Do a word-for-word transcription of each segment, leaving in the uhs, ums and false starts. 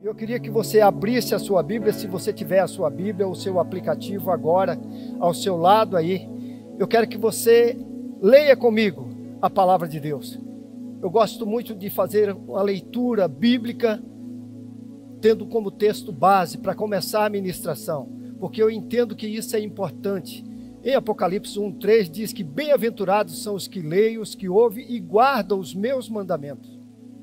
Eu queria que você abrisse a sua Bíblia, se você tiver a sua Bíblia, o seu aplicativo agora ao seu lado aí. Eu quero que você leia comigo a palavra de Deus. Eu gosto muito de fazer uma leitura bíblica, tendo como texto base para começar a ministração, porque eu entendo que isso é importante. Em Apocalipse um, três diz que bem-aventurados são os que leem, os que ouvem e guardam os meus mandamentos.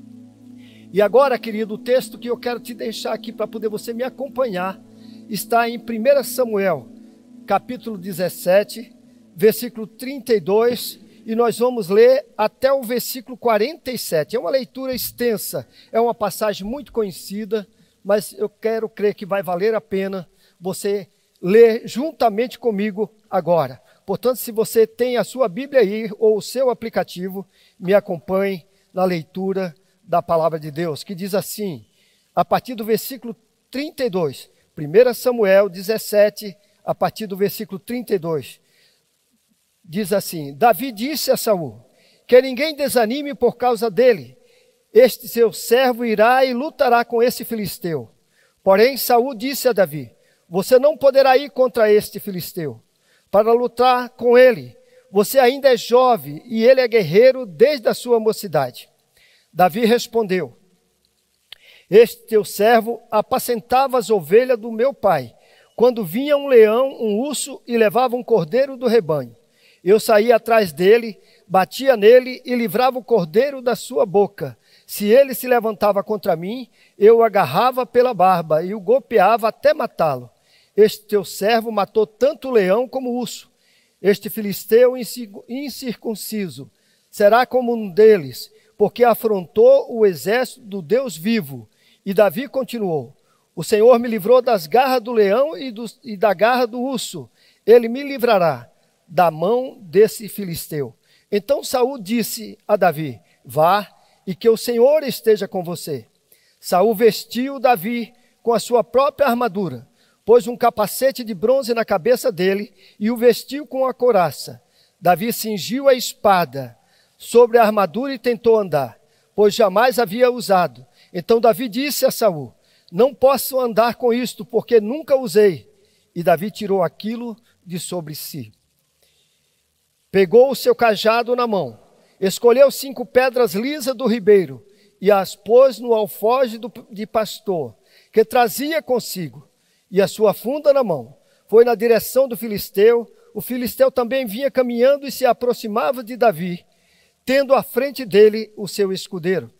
E agora, querido, o texto que eu quero te deixar aqui para poder você me acompanhar está em primeiro Samuel, capítulo dezessete, versículo trinta e dois, e nós vamos ler até o versículo quarenta e sete. É uma leitura extensa, é uma passagem muito conhecida, mas eu quero crer que vai valer a pena você ler juntamente comigo agora. Portanto, se você tem a sua Bíblia aí ou o seu aplicativo, me acompanhe na leitura da palavra de Deus, que diz assim, a partir do versículo trinta e dois, primeiro Samuel dezessete, a partir do versículo trinta e dois, diz assim: Davi disse a Saul, que ninguém desanime por causa dele, este seu servo irá e lutará com esse filisteu. Porém Saul disse a Davi, você não poderá ir contra este filisteu, para lutar com ele, você ainda é jovem e ele é guerreiro desde a sua mocidade. Davi respondeu, este teu servo apacentava as ovelhas do meu pai, quando vinha um leão, um urso e levava um cordeiro do rebanho. Eu saía atrás dele, batia nele e livrava o cordeiro da sua boca. Se ele se levantava contra mim, eu o agarrava pela barba e o golpeava até matá-lo. Este teu servo matou tanto o leão como o urso. Este filisteu incircunciso será como um deles, porque afrontou o exército do Deus vivo. E Davi continuou, o Senhor me livrou das garras do leão e, do, e da garra do urso. Ele me livrará da mão desse filisteu. Então Saul disse a Davi, vá e que o Senhor esteja com você. Saul vestiu Davi com a sua própria armadura, pôs um capacete de bronze na cabeça dele e o vestiu com a couraça. Davi cingiu a espada sobre a armadura e tentou andar, pois jamais havia usado. Então Davi disse a Saul, não posso andar com isto, porque nunca usei. E Davi tirou aquilo de sobre si. Pegou o seu cajado na mão, escolheu cinco pedras lisas do ribeiro e as pôs no alforje do, de pastor, que trazia consigo, e a sua funda na mão. Foi na direção do filisteu. O filisteu também vinha caminhando e se aproximava de Davi, tendo à frente dele o seu escudeiro.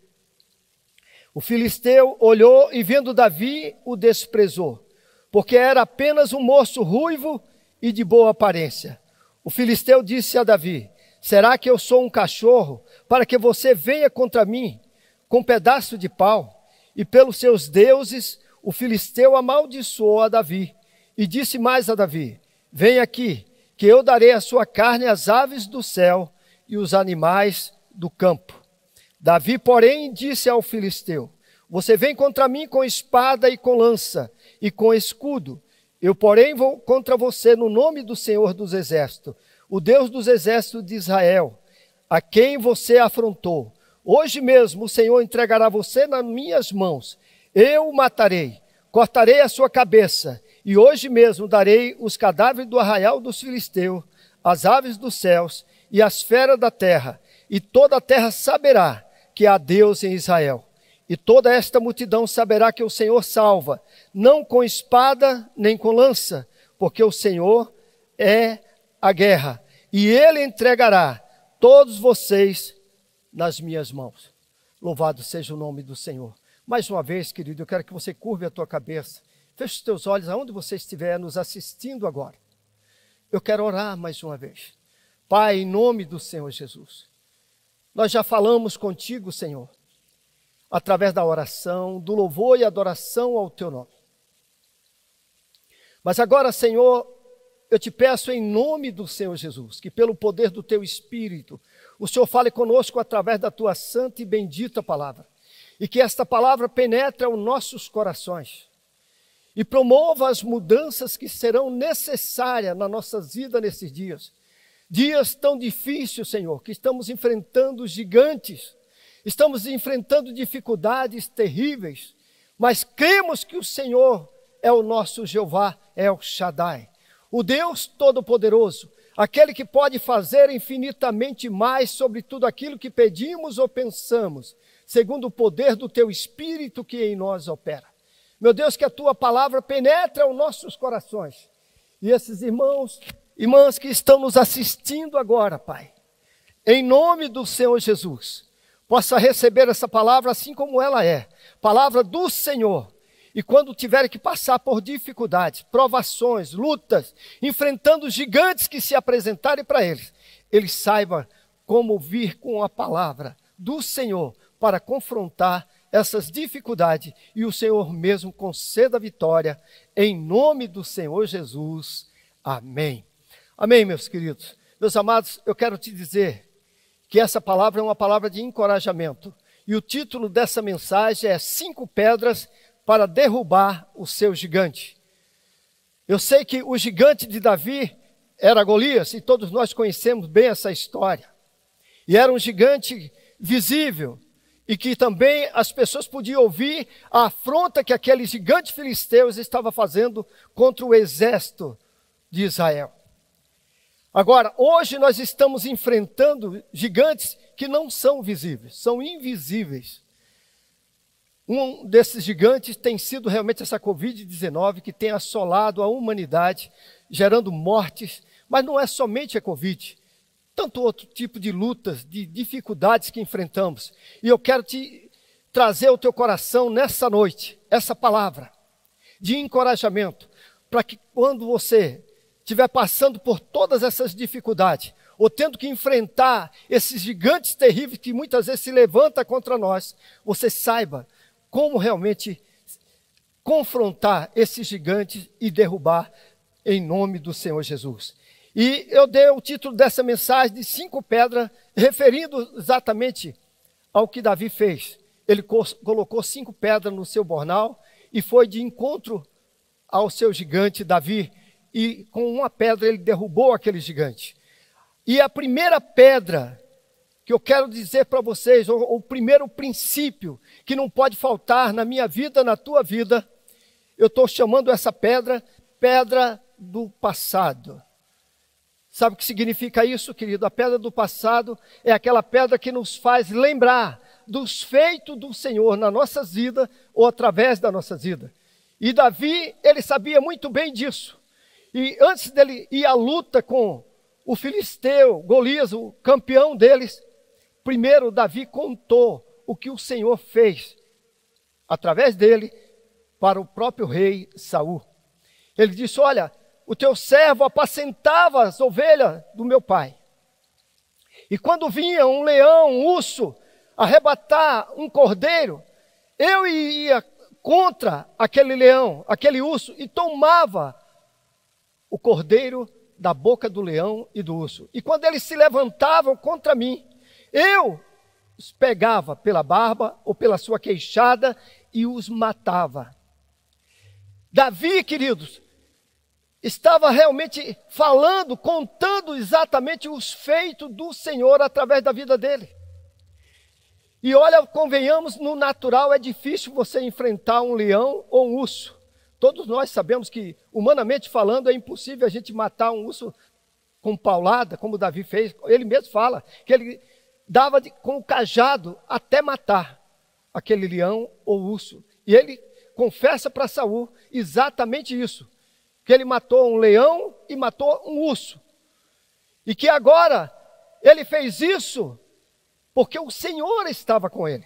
O filisteu olhou e vendo Davi, o desprezou, porque era apenas um moço ruivo e de boa aparência. O filisteu disse a Davi, será que eu sou um cachorro para que você venha contra mim com um pedaço de pau? E pelos seus deuses, o filisteu amaldiçoou a Davi e disse mais a Davi, vem aqui, que eu darei a sua carne às aves do céu e os animais do campo. Davi, porém, disse ao filisteu, você vem contra mim com espada e com lança e com escudo. Eu, porém, vou contra você no nome do Senhor dos Exércitos, o Deus dos Exércitos de Israel, a quem você afrontou. Hoje mesmo o Senhor entregará você nas minhas mãos. Eu o matarei, cortarei a sua cabeça, e hoje mesmo darei os cadáveres do arraial dos filisteus, as aves dos céus e as feras da terra, e toda a terra saberá que há Deus em Israel. E toda esta multidão saberá que o Senhor salva, não com espada nem com lança, porque o Senhor é a guerra, e Ele entregará todos vocês nas minhas mãos. Louvado seja o nome do Senhor. Mais uma vez, querido, eu quero que você curve a tua cabeça, feche os teus olhos aonde você estiver nos assistindo agora. Eu quero orar mais uma vez. Pai, em nome do Senhor Jesus, nós já falamos contigo, Senhor, através da oração, do louvor e adoração ao teu nome. Mas agora, Senhor, eu te peço em nome do Senhor Jesus, que pelo poder do teu Espírito, o Senhor fale conosco através da tua santa e bendita palavra, e que esta palavra penetre aos nossos corações, e promova as mudanças que serão necessárias na nossa vida nesses dias. Dias tão difíceis, Senhor, que estamos enfrentando gigantes, estamos enfrentando dificuldades terríveis, mas cremos que o Senhor é o nosso Jeová, é o Shaddai, o Deus Todo-Poderoso, aquele que pode fazer infinitamente mais sobre tudo aquilo que pedimos ou pensamos, segundo o poder do teu Espírito que em nós opera. Meu Deus, que a tua palavra penetre aos nossos corações. E esses irmãos, irmãs que estão nos assistindo agora, Pai, em nome do Senhor Jesus, possa receber essa palavra assim como ela é, palavra do Senhor. E quando tiverem que passar por dificuldades, provações, lutas, enfrentando os gigantes que se apresentarem para eles, eles saibam como vir com a palavra do Senhor para confrontar essas dificuldades e o Senhor mesmo conceda a vitória em nome do Senhor Jesus. Amém. Amém, meus queridos. Meus amados, eu quero te dizer que essa palavra é uma palavra de encorajamento. E o título dessa mensagem é Cinco Pedras para Derrubar o Seu Gigante. Eu sei que o gigante de Davi era Golias, e todos nós conhecemos bem essa história. E era um gigante visível, e que também as pessoas podiam ouvir a afronta que aquele gigante filisteu estava fazendo contra o exército de Israel. Agora, hoje nós estamos enfrentando gigantes que não são visíveis, são invisíveis. Um desses gigantes tem sido realmente essa covid dezenove que tem assolado a humanidade, gerando mortes, mas não é somente a Covid, tanto outro tipo de lutas, de dificuldades que enfrentamos. E eu quero te trazer ao teu coração nessa noite, essa palavra de encorajamento, para que quando você estiver passando por todas essas dificuldades, ou tendo que enfrentar esses gigantes terríveis que muitas vezes se levantam contra nós, você saiba como realmente confrontar esses gigantes e derrubar em nome do Senhor Jesus. E eu dei o título dessa mensagem de Cinco Pedras, referindo exatamente ao que Davi fez. Ele co- colocou cinco pedras no seu bornal e foi de encontro ao seu gigante Davi. E com uma pedra ele derrubou aquele gigante. E a primeira pedra que eu quero dizer para vocês, o, o primeiro princípio que não pode faltar na minha vida, na tua vida, eu estou chamando essa pedra, pedra do passado. Sabe o que significa isso, querido? A pedra do passado é aquela pedra que nos faz lembrar dos feitos do Senhor na nossa vida ou através da nossa vida. E Davi, ele sabia muito bem disso. E antes dele ir à luta com o filisteu, Golias, o campeão deles, primeiro Davi contou o que o Senhor fez através dele para o próprio rei Saul. Ele disse: olha, o teu servo apacentava as ovelhas do meu pai. E quando vinha um leão, um urso, arrebatar um cordeiro, eu ia contra aquele leão, aquele urso, e tomava o cordeiro da boca do leão e do urso. E quando eles se levantavam contra mim, eu os pegava pela barba ou pela sua queixada e os matava. Davi, queridos, estava realmente falando, contando exatamente os feitos do Senhor através da vida dele. E olha, convenhamos, no natural é difícil você enfrentar um leão ou um urso. Todos nós sabemos que, humanamente falando, é impossível a gente matar um urso com paulada, como Davi fez. Ele mesmo fala que ele dava de, com o cajado até matar aquele leão ou urso. E ele confessa para Saul exatamente isso, que ele matou um leão e matou um urso. E que agora ele fez isso porque o Senhor estava com ele.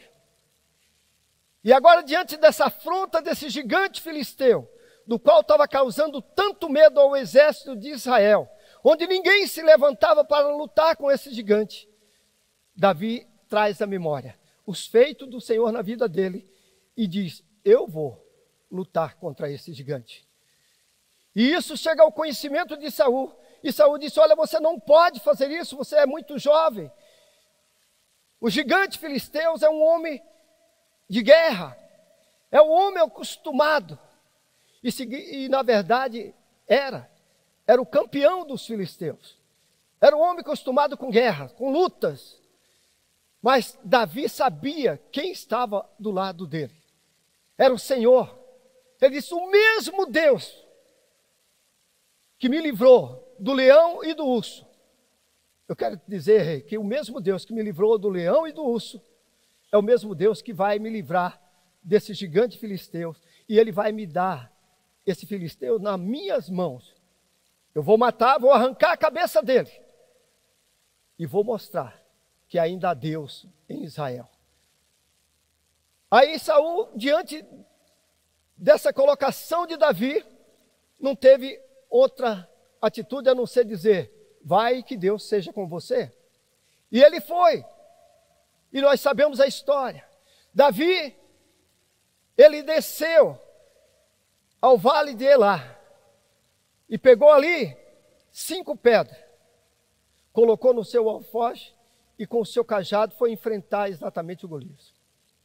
E agora, diante dessa afronta desse gigante filisteu, do qual estava causando tanto medo ao exército de Israel, onde ninguém se levantava para lutar com esse gigante, Davi traz à memória os feitos do Senhor na vida dele e diz: eu vou lutar contra esse gigante. E isso chega ao conhecimento de Saul. E Saul disse: olha, você não pode fazer isso, você é muito jovem. O gigante filisteu é um homem de guerra, é um homem acostumado. E, e na verdade era, era o campeão dos filisteus. Era um homem acostumado com guerra, com lutas. Mas Davi sabia quem estava do lado dele. era o Senhor. Ele disse: o mesmo Deus que me livrou do leão e do urso. Eu quero te dizer, rei, que o mesmo Deus que me livrou do leão e do urso é o mesmo Deus que vai me livrar desse gigante filisteu. E ele vai me dar esse filisteu nas minhas mãos. Eu vou matar, vou arrancar a cabeça dele. E vou mostrar que ainda há Deus em Israel. Aí Saul, diante dessa colocação de Davi, não teve outra atitude a não ser dizer: vai que Deus seja com você. E ele foi. E nós sabemos a história. Davi, ele desceu ao vale de Elá e pegou ali cinco pedras, colocou no seu alforje e com o seu cajado foi enfrentar exatamente o Golias.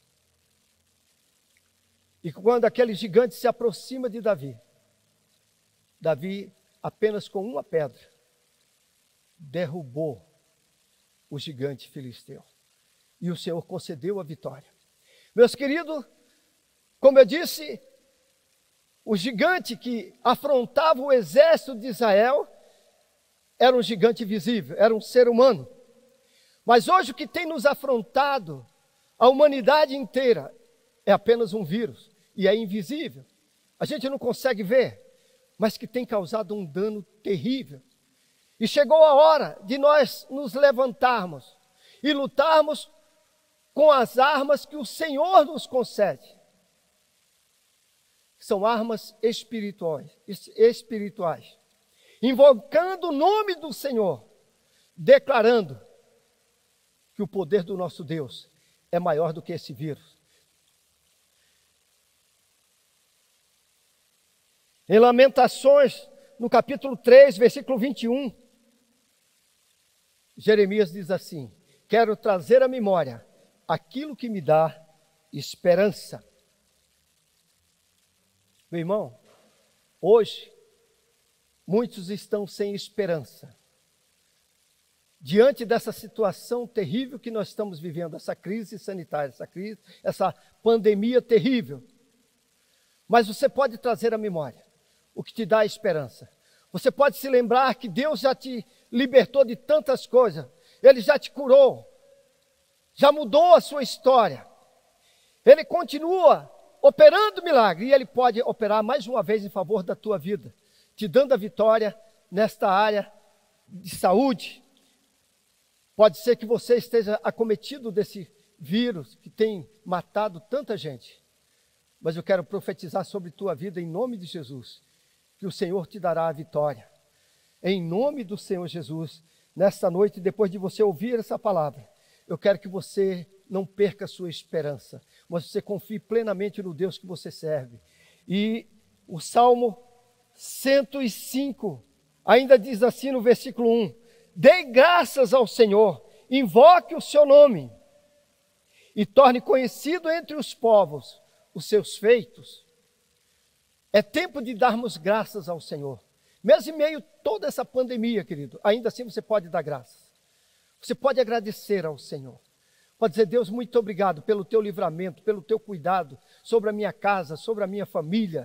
E quando aquele gigante se aproxima de Davi, Davi, apenas com uma pedra, derrubou o gigante filisteu. E o Senhor concedeu a vitória. Meus queridos, como eu disse, o gigante que afrontava o exército de Israel era um gigante visível, era um ser humano. Mas hoje o que tem nos afrontado, a humanidade inteira, é apenas um vírus, e é invisível. A gente não consegue ver, mas que tem causado um dano terrível. E chegou a hora de nós nos levantarmos e lutarmos com as armas que o Senhor nos concede. São armas espirituais, espirituais. Invocando o nome do Senhor, declarando que o poder do nosso Deus é maior do que esse vírus. Em Lamentações, no capítulo três, versículo vinte e um, Jeremias diz assim: quero trazer à memória aquilo que me dá esperança. Meu irmão, hoje, muitos estão sem esperança. Diante dessa situação terrível que nós estamos vivendo, essa crise sanitária, essa crise, essa pandemia terrível. Mas você pode trazer à memória o que te dá esperança. Você pode se lembrar que Deus já te libertou de tantas coisas. Ele já te curou. Já mudou a sua história. Ele continua operando milagre. E Ele pode operar mais uma vez em favor da tua vida, te dando a vitória nesta área de saúde. Pode ser que você esteja acometido desse vírus que tem matado tanta gente. Mas eu quero profetizar sobre tua vida em nome de Jesus, que o Senhor te dará a vitória. Em nome do Senhor Jesus, nesta noite, depois de você ouvir essa palavra, eu quero que você não perca a sua esperança, mas você confie plenamente no Deus que você serve. E o Salmo cento e cinco ainda diz assim no versículo um: dê graças ao Senhor, invoque o seu nome e torne conhecido entre os povos os seus feitos. É tempo de darmos graças ao Senhor. Mesmo em meio a toda essa pandemia, querido, ainda assim você pode dar graças. Você pode agradecer ao Senhor. Pode dizer: Deus, muito obrigado pelo teu livramento, pelo teu cuidado sobre a minha casa, sobre a minha família.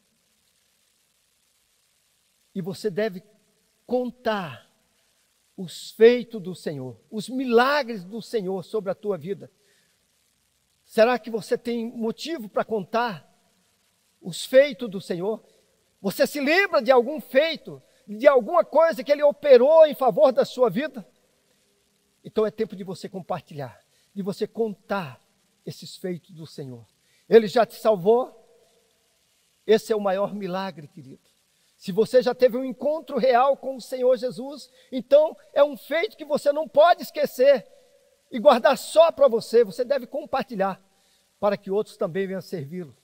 E você deve contar os feitos do Senhor, os milagres do Senhor sobre a tua vida. Será que você tem motivo para contar os feitos do Senhor? Você se lembra de algum feito, de alguma coisa que Ele operou em favor da sua vida? Então é tempo de você compartilhar, de você contar esses feitos do Senhor. Ele já te salvou. Esse é o maior milagre, querido. Se você já teve um encontro real com o Senhor Jesus, então é um feito que você não pode esquecer e guardar só para você. Você deve compartilhar para que outros também venham servi-lo.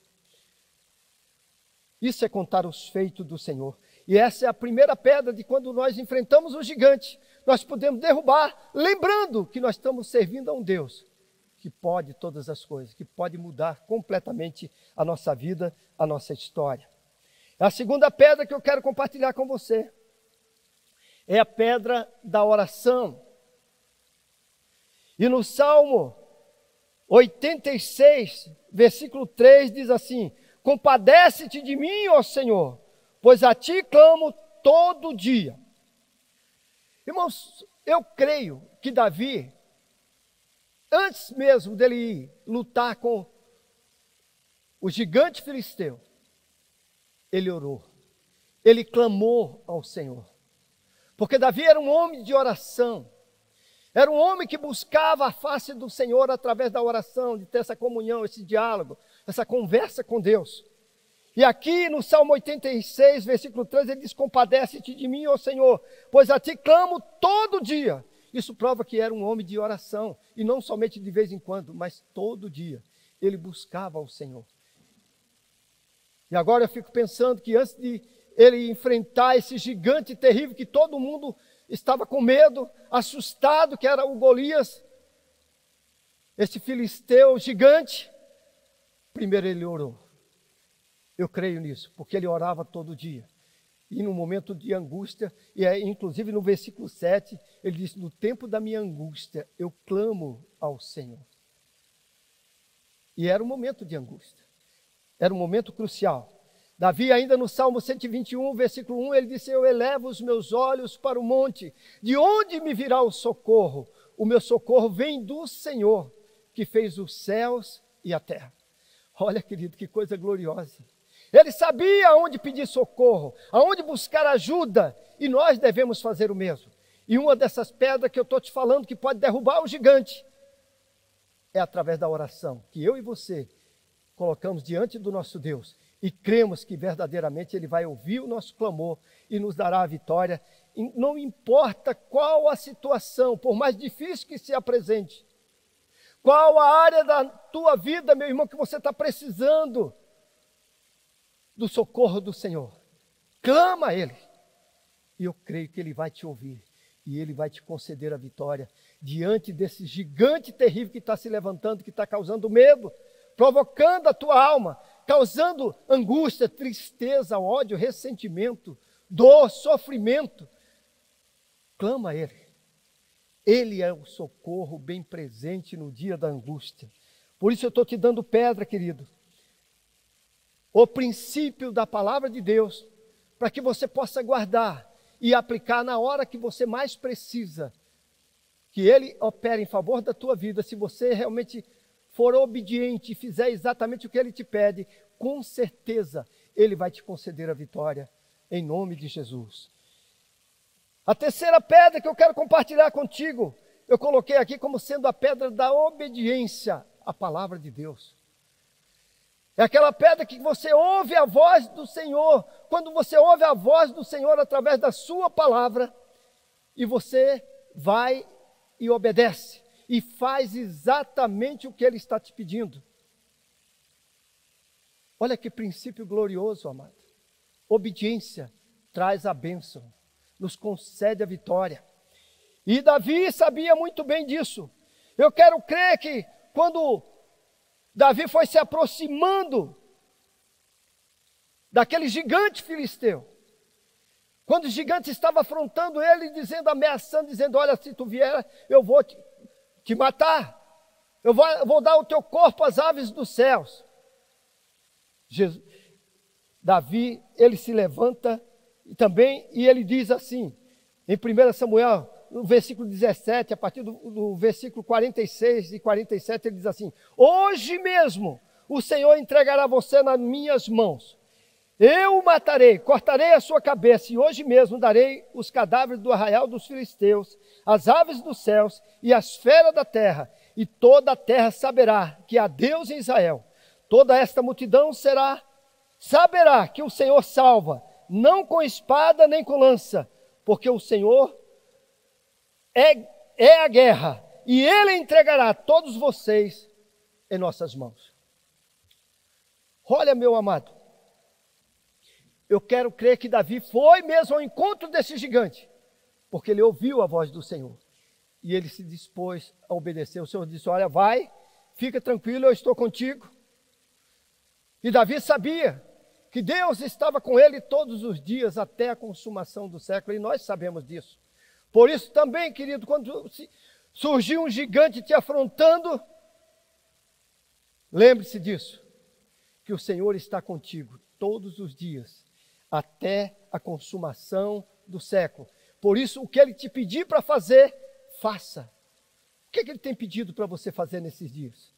Isso é contar os feitos do Senhor. E essa é a primeira pedra de quando nós enfrentamos o gigante. Nós podemos derrubar, lembrando que nós estamos servindo a um Deus que pode todas as coisas, que pode mudar completamente a nossa vida, a nossa história. A segunda pedra que eu quero compartilhar com você é a pedra da oração. E no Salmo oitenta e seis, versículo três, diz assim: compadece-te de mim, ó Senhor, pois a ti clamo todo dia. Irmãos, eu creio que Davi, antes mesmo dele ir lutar com o gigante filisteu, ele orou, ele clamou ao Senhor. Porque Davi era um homem de oração, era um homem que buscava a face do Senhor através da oração, de ter essa comunhão, esse diálogo, essa conversa com Deus. E aqui no Salmo oitenta e seis, versículo três, ele diz: compadece-te de mim, ó Senhor, pois a ti clamo todo dia. Isso prova que era um homem de oração, e não somente de vez em quando, mas todo dia ele buscava o Senhor. E agora eu fico pensando que antes de ele enfrentar esse gigante terrível que todo mundo estava com medo, assustado, que era o Golias, esse filisteu gigante, primeiro ele orou. Eu creio nisso, porque ele orava todo dia. E no momento de angústia, e é, inclusive no versículo sete, ele diz: no tempo da minha angústia, eu clamo ao Senhor. E era um momento de angústia, era um momento crucial. Davi, ainda no Salmo cento e vinte e um, versículo um, ele disse: eu elevo os meus olhos para o monte, de onde me virá o socorro? O meu socorro vem do Senhor, que fez os céus e a terra. Olha, querido, que coisa gloriosa. Ele sabia aonde pedir socorro, aonde buscar ajuda, e nós devemos fazer o mesmo. E uma dessas pedras que eu estou te falando que pode derrubar o gigante, é através da oração, que eu e você colocamos diante do nosso Deus, e cremos que verdadeiramente Ele vai ouvir o nosso clamor e nos dará a vitória. E não importa qual a situação, por mais difícil que se apresente, qual a área da tua vida, meu irmão, que você está precisando do socorro do Senhor, clama a Ele, e eu creio que Ele vai te ouvir, e Ele vai te conceder a vitória, diante desse gigante terrível que está se levantando, que está causando medo, provocando a tua alma, causando angústia, tristeza, ódio, ressentimento, dor, sofrimento. Clama a Ele, Ele é o socorro bem presente no dia da angústia. Por isso eu estou te dando pedra, querido, o princípio da palavra de Deus, para que você possa guardar e aplicar na hora que você mais precisa, que Ele opere em favor da tua vida. Se você realmente for obediente e fizer exatamente o que Ele te pede, com certeza Ele vai te conceder a vitória, em nome de Jesus. A terceira pedra que eu quero compartilhar contigo, eu coloquei aqui como sendo a pedra da obediência à palavra de Deus. É aquela pedra que você ouve a voz do Senhor. Quando você ouve a voz do Senhor através da sua palavra, e você vai e obedece, e faz exatamente o que Ele está te pedindo. Olha que princípio glorioso, amado. Obediência traz a bênção, nos concede a vitória. E Davi sabia muito bem disso. Eu quero crer que quando Davi foi se aproximando daquele gigante filisteu, quando o gigante estava afrontando ele, dizendo, ameaçando, dizendo: olha, se tu vier, eu vou te, te matar, eu vou, eu vou dar o teu corpo às aves dos céus. Jesus, Davi, ele se levanta e também, e ele diz assim, em primeiro Samuel, no versículo dezessete, a partir do, do versículo quarenta e seis e quarenta e sete, ele diz assim: hoje mesmo o Senhor entregará você nas minhas mãos, eu o matarei, cortarei a sua cabeça, e hoje mesmo darei os cadáveres do arraial dos filisteus, as aves dos céus e as feras da terra, e toda a terra saberá que há Deus em Israel. Toda esta multidão será, saberá que o Senhor salva, não com espada nem com lança, porque o Senhor É, é a guerra, e Ele entregará todos vocês em nossas mãos. Olha, meu amado, eu quero crer que Davi foi mesmo ao encontro desse gigante, porque ele ouviu a voz do Senhor, e ele se dispôs a obedecer. O Senhor disse: olha, vai, fica tranquilo, eu estou contigo. E Davi sabia que Deus estava com ele todos os dias, até a consumação do século, e nós sabemos disso. Por isso também, querido, quando surgiu um gigante te afrontando, Lembre-se disso, que o Senhor está contigo todos os dias, até a consumação do século. Por isso, o que Ele te pedir para fazer, faça. O que, é que Ele tem pedido para você fazer nesses dias?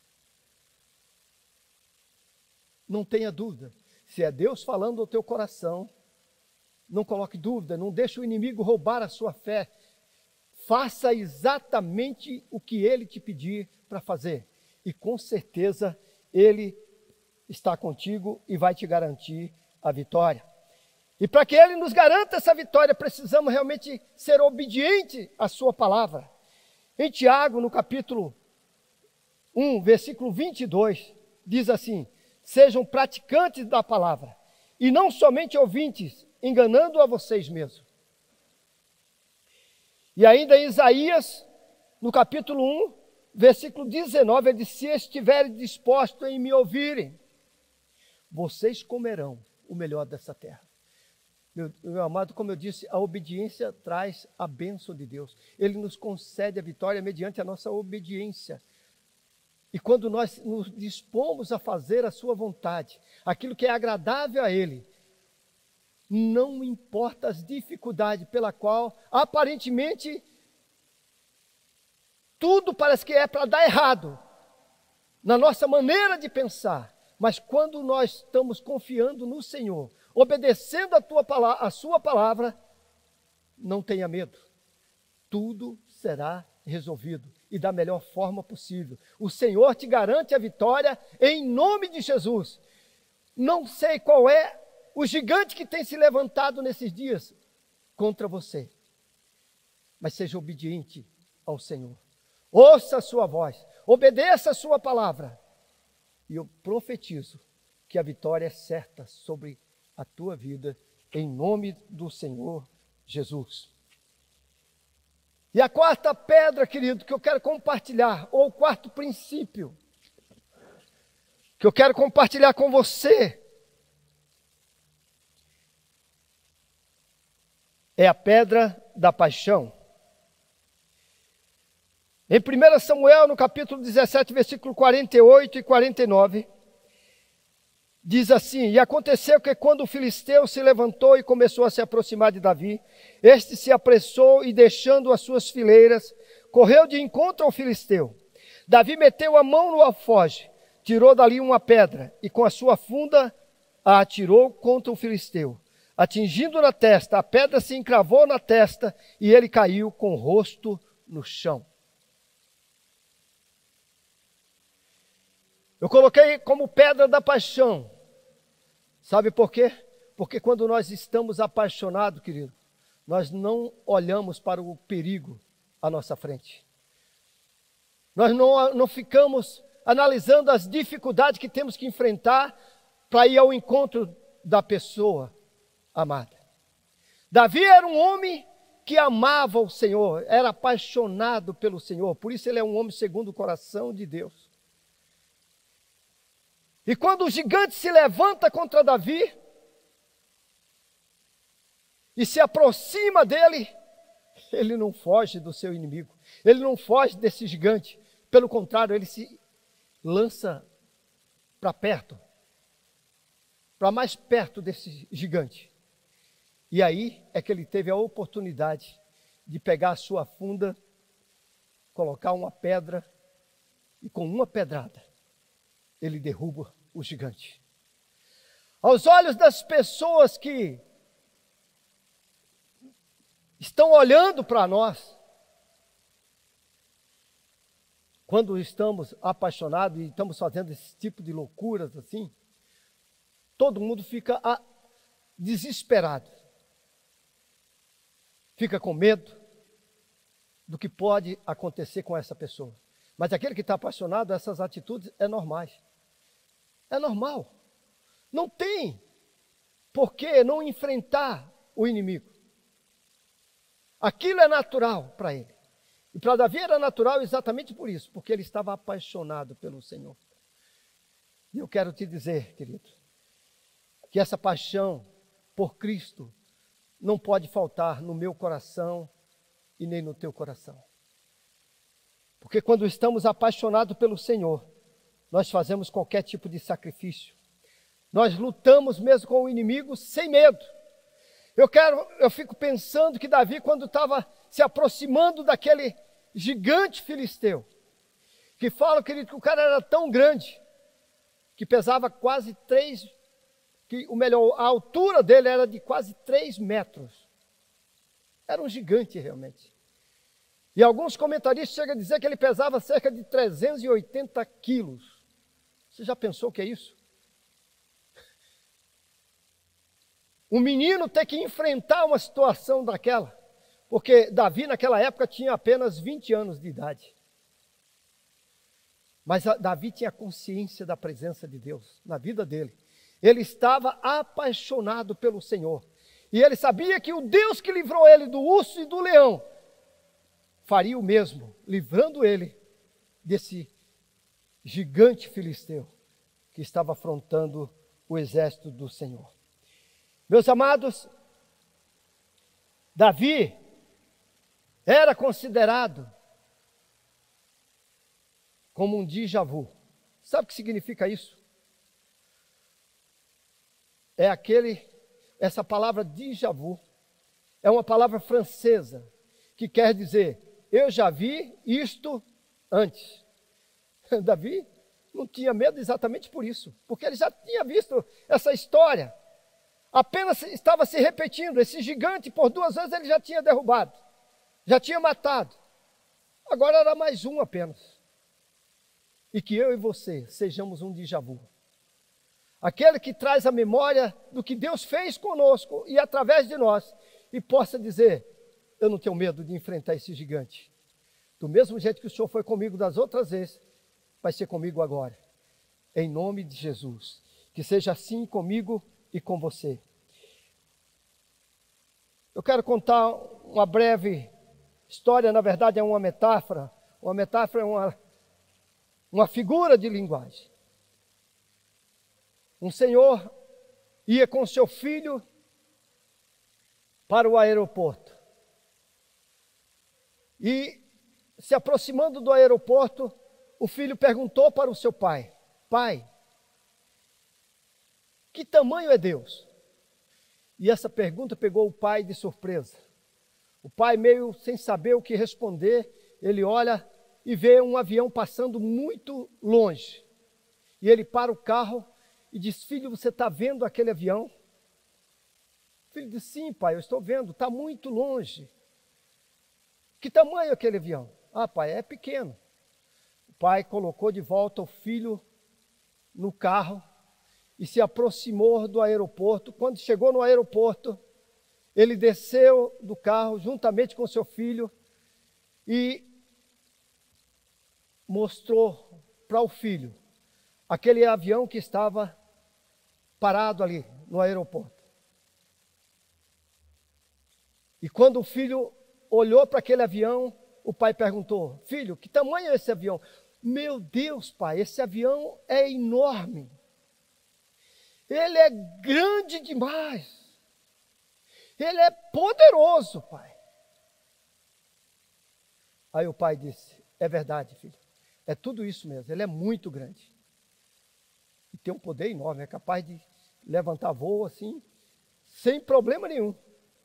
Não tenha dúvida. Se é Deus falando ao teu coração, não coloque dúvida, não deixe o inimigo roubar a sua fé. Faça exatamente o que Ele te pedir para fazer. E com certeza Ele está contigo e vai te garantir a vitória. E para que Ele nos garanta essa vitória, precisamos realmente ser obedientes à sua palavra. Em Tiago, no capítulo um, versículo vinte e dois, diz assim: sejam praticantes da palavra, e não somente ouvintes, enganando a vocês mesmos. E ainda em Isaías, no capítulo um, versículo dezenove, ele diz: se estiverem dispostos em me ouvirem, vocês comerão o melhor dessa terra. Meu, meu amado, como eu disse, a obediência traz a bênção de Deus. Ele nos concede a vitória mediante a nossa obediência. E quando nós nos dispomos a fazer a sua vontade, aquilo que é agradável a Ele, não importa as dificuldades pela qual, aparentemente, tudo parece que é para dar errado, na nossa maneira de pensar. Mas quando nós estamos confiando no Senhor, obedecendo a, tua palavra, a sua palavra, não tenha medo. Tudo será resolvido e da melhor forma possível. O Senhor te garante a vitória em nome de Jesus. Não sei qual é o gigante que tem se levantado nesses dias contra você, mas seja obediente ao Senhor. Ouça a sua voz, obedeça a sua palavra. E eu profetizo que a vitória é certa sobre a tua vida, em nome do Senhor Jesus. E a quarta pedra, querido, que eu quero compartilhar, ou o quarto princípio, que eu quero compartilhar com você, é a pedra da paixão. Em primeiro Samuel, no capítulo dezessete, versículo quarenta e oito e quarenta e nove, diz assim: e aconteceu que quando o filisteu se levantou e começou a se aproximar de Davi, este se apressou e, deixando as suas fileiras, correu de encontro ao filisteu. Davi meteu a mão no alfoge, tirou dali uma pedra e com a sua funda a atirou contra o filisteu. Atingindo na testa, a pedra se encravou na testa e ele caiu com o rosto no chão. Eu coloquei como pedra da paixão. Sabe por quê? Porque quando nós estamos apaixonados, querido, nós não olhamos para o perigo à nossa frente. Nós não, não ficamos analisando as dificuldades que temos que enfrentar para ir ao encontro da pessoa amada. Davi era um homem que amava o Senhor, era apaixonado pelo Senhor, por isso ele é um homem segundo o coração de Deus. E quando o gigante se levanta contra Davi e se aproxima dele, ele não foge do seu inimigo, ele não foge desse gigante, pelo contrário, ele se lança para perto, para mais perto desse gigante. E aí é que ele teve a oportunidade de pegar a sua funda, colocar uma pedra e com uma pedrada ele derruba o gigante. Aos olhos das pessoas que estão olhando para nós, quando estamos apaixonados e estamos fazendo esse tipo de loucuras assim, todo mundo fica a, desesperado. Fica com medo do que pode acontecer com essa pessoa. Mas aquele que está apaixonado, essas atitudes é normais. É normal. Não tem por que não enfrentar o inimigo. Aquilo é natural para ele. E para Davi era natural exatamente por isso, porque ele estava apaixonado pelo Senhor. E eu quero te dizer, querido, que essa paixão por Cristo não pode faltar no meu coração e nem no teu coração. Porque quando estamos apaixonados pelo Senhor, nós fazemos qualquer tipo de sacrifício. Nós lutamos mesmo com o inimigo sem medo. Eu quero, eu fico pensando que Davi, quando estava se aproximando daquele gigante filisteu, que fala, querido, que o cara era tão grande, que pesava quase três, que o melhor, a altura dele era de quase três metros. Era um gigante realmente. E alguns comentaristas chegam a dizer que ele pesava cerca de trezentos e oitenta quilos. Você já pensou o que é isso? Um menino ter que enfrentar uma situação daquela, porque Davi naquela época tinha apenas vinte anos de idade. Mas Davi tinha consciência da presença de Deus na vida dele. Ele estava apaixonado pelo Senhor. E ele sabia que o Deus que livrou ele do urso e do leão, faria o mesmo, livrando ele desse gigante filisteu que estava afrontando o exército do Senhor. Meus amados, Davi era considerado como um déjà vu. Sabe o que significa isso? É aquele, essa palavra déjà vu, é uma palavra francesa, que quer dizer, eu já vi isto antes. Davi não tinha medo exatamente por isso, porque ele já tinha visto essa história. Apenas estava se repetindo, esse gigante por duas vezes ele já tinha derrubado, já tinha matado. Agora era mais um apenas. E que eu e você sejamos um déjà vu. Aquele que traz a memória do que Deus fez conosco e através de nós, e possa dizer, eu não tenho medo de enfrentar esse gigante. Do mesmo jeito que o Senhor foi comigo das outras vezes, vai ser comigo agora. Em nome de Jesus. Que seja assim comigo e com você. Eu quero contar uma breve história, na verdade é uma metáfora. Uma metáfora é uma, uma figura de linguagem. Um senhor ia com seu filho para o aeroporto. E, se aproximando do aeroporto, o filho perguntou para o seu pai, pai, que tamanho é Deus? E essa pergunta pegou o pai de surpresa. O pai, meio sem saber o que responder, ele olha e vê um avião passando muito longe. E ele para o carro e diz, filho, você está vendo aquele avião? O filho diz, sim, pai, eu estou vendo, está muito longe. Que tamanho é aquele avião? Ah, pai, é pequeno. O pai colocou de volta o filho no carro e se aproximou do aeroporto. Quando chegou no aeroporto, ele desceu do carro juntamente com seu filho e mostrou para o filho aquele avião que estava parado ali no aeroporto. E quando o filho olhou para aquele avião, o pai perguntou, filho, que tamanho é esse avião? Meu Deus, pai, esse avião é enorme. Ele é grande demais. Ele é poderoso, pai. Aí o pai disse, é verdade, filho. É tudo isso mesmo, ele é muito grande. E tem um poder enorme, é capaz de levantar voo assim, sem problema nenhum.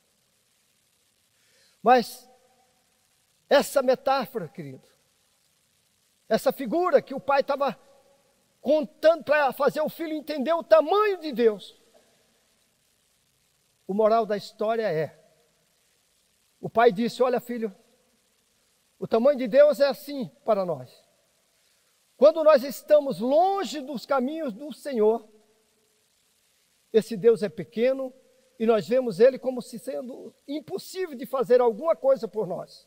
Mas essa metáfora, querido, essa figura que o pai estava contando para fazer o filho entender o tamanho de Deus. O moral da história é, o pai disse, olha filho, o tamanho de Deus é assim para nós. Quando nós estamos longe dos caminhos do Senhor, esse Deus é pequeno e nós vemos Ele como se sendo impossível de fazer alguma coisa por nós.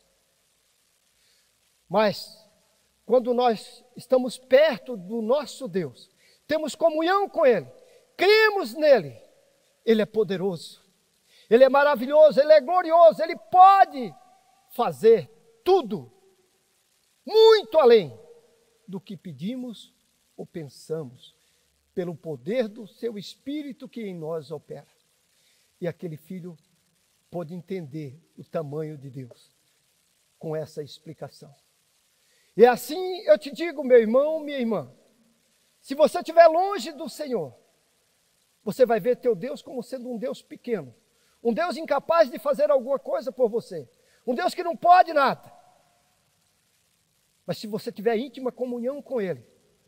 Mas, quando nós estamos perto do nosso Deus, temos comunhão com Ele, cremos nele, Ele é poderoso, Ele é maravilhoso, Ele é glorioso, Ele pode fazer tudo, muito além do que pedimos ou pensamos, pelo poder do seu Espírito que em nós opera. E aquele filho pôde entender o tamanho de Deus com essa explicação. E assim eu te digo, meu irmão, minha irmã, Se você estiver longe do Senhor, você vai ver teu Deus como sendo um Deus pequeno, um Deus incapaz de fazer alguma coisa por você, um Deus que não pode nada. Mas se você tiver íntima comunhão com Ele,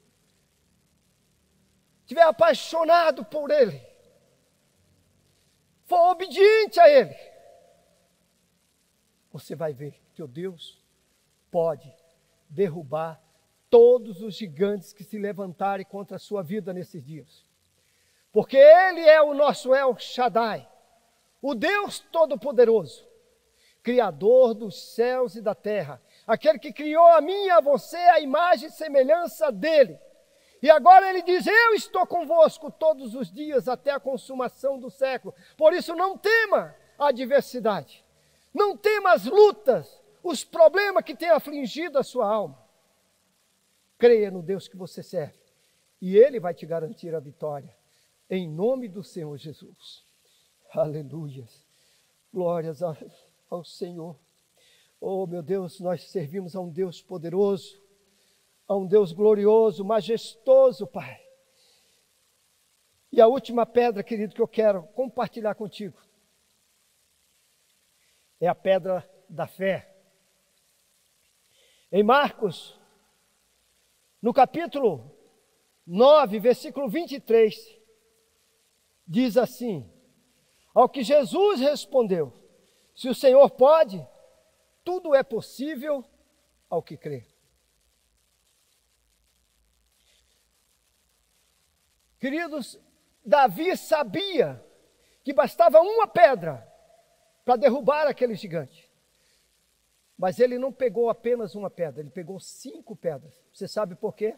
estiver apaixonado por Ele, for obediente a Ele, você vai ver que teu Deus pode derrubar todos os gigantes que se levantarem contra a sua vida nesses dias. Porque Ele é o nosso El Shaddai, o Deus Todo-Poderoso, Criador dos céus e da terra, aquele que criou a mim e a você a imagem e semelhança dEle. E agora Ele diz, eu estou convosco todos os dias até a consumação do século. Por isso não tema a adversidade, não tema as lutas, os problemas que têm afligido a sua alma. Creia no Deus que você serve e Ele vai te garantir a vitória, em nome do Senhor Jesus. Aleluia. Glórias ao, ao Senhor. Oh, meu Deus, nós servimos a um Deus poderoso, a um Deus glorioso, majestoso, Pai. E a última pedra, querido, que eu quero compartilhar contigo é a pedra da fé. Em Marcos, no capítulo nove, versículo vinte e três, diz assim: ao que Jesus respondeu, se o Senhor pode, tudo é possível ao que crê. Queridos, Davi sabia que bastava uma pedra para derrubar aquele gigante. Mas ele não pegou apenas uma pedra, ele pegou cinco pedras. Você sabe por quê?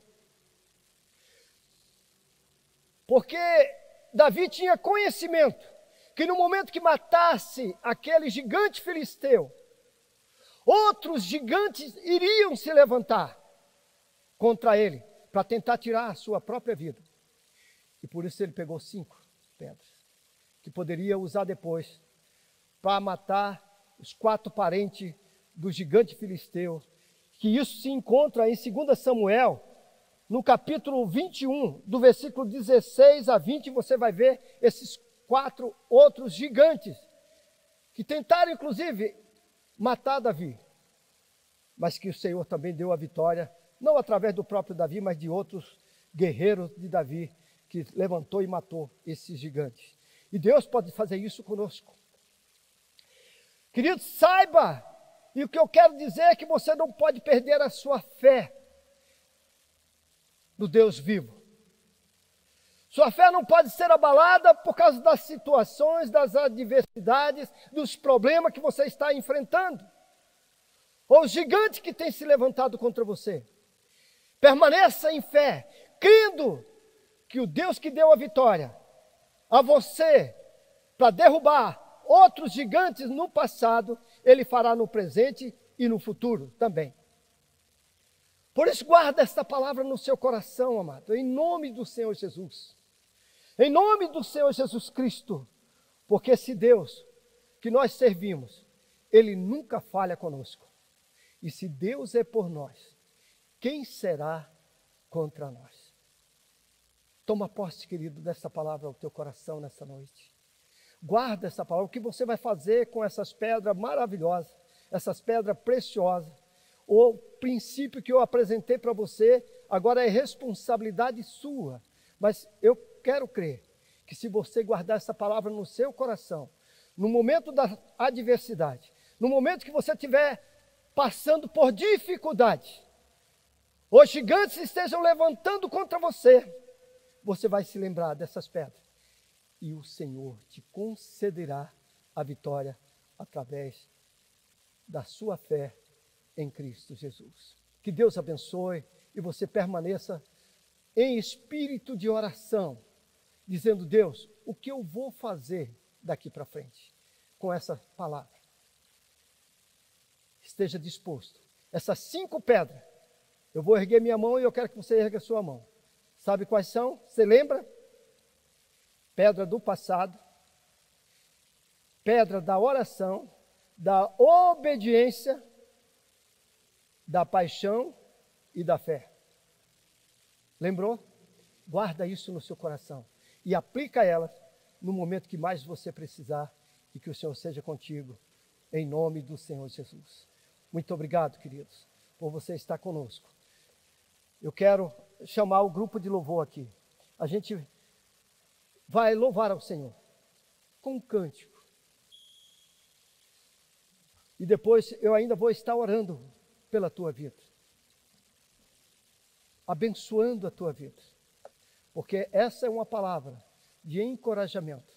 Porque Davi tinha conhecimento que no momento que matasse aquele gigante filisteu, outros gigantes iriam se levantar contra ele para tentar tirar a sua própria vida. E por isso ele pegou cinco pedras, que poderia usar depois para matar os quatro parentes do gigante filisteu, que isso se encontra em dois Samuel, no capítulo vinte e um, do versículo dezesseis a vinte, você vai ver esses quatro outros gigantes, que tentaram inclusive matar Davi, mas que o Senhor também deu a vitória, não através do próprio Davi, mas de outros guerreiros de Davi, que levantou e matou esses gigantes. E Deus pode fazer isso conosco. Querido, saiba, e o que eu quero dizer é que você não pode perder a sua fé no Deus vivo. Sua fé não pode ser abalada por causa das situações, das adversidades, dos problemas que você está enfrentando, ou os gigantes que têm se levantado contra você. Permaneça em fé, crendo que o Deus que deu a vitória a você para derrubar outros gigantes no passado, Ele fará no presente e no futuro também. Por isso, guarda esta palavra no seu coração, amado, em nome do Senhor Jesus. Em nome do Senhor Jesus Cristo. Porque esse Deus que nós servimos, Ele nunca falha conosco. E se Deus é por nós, quem será contra nós? Toma posse, querido, dessa palavra ao teu coração nessa noite. Guarda essa palavra. O que você vai fazer com essas pedras maravilhosas, essas pedras preciosas? O princípio que eu apresentei para você, agora é responsabilidade sua. Mas eu quero crer que se você guardar essa palavra no seu coração, no momento da adversidade, no momento que você estiver passando por dificuldade, os gigantes estejam levantando contra você, você vai se lembrar dessas pedras. E o Senhor te concederá a vitória através da sua fé em Cristo Jesus. Que Deus abençoe e você permaneça em espírito de oração, dizendo: Deus, o que eu vou fazer daqui para frente com essa palavra? Esteja disposto. Essas cinco pedras, eu vou erguer minha mão e eu quero que você erga a sua mão. Sabe quais são? Você lembra? Pedra do passado, pedra da oração, da obediência, da paixão e da fé. Lembrou? Guarda isso no seu coração e aplica elas no momento que mais você precisar, e que o Senhor seja contigo, em nome do Senhor Jesus. Muito obrigado, queridos, por você estar conosco. Eu quero chamar o grupo de louvor aqui. A gente vai louvar ao Senhor com um cântico. E depois eu ainda vou estar orando pela tua vida, abençoando a tua vida, porque essa é uma palavra de encorajamento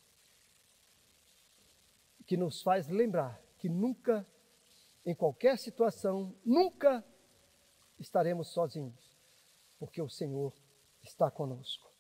que nos faz lembrar que nunca, em qualquer situação, nunca estaremos sozinhos, porque o Senhor está conosco.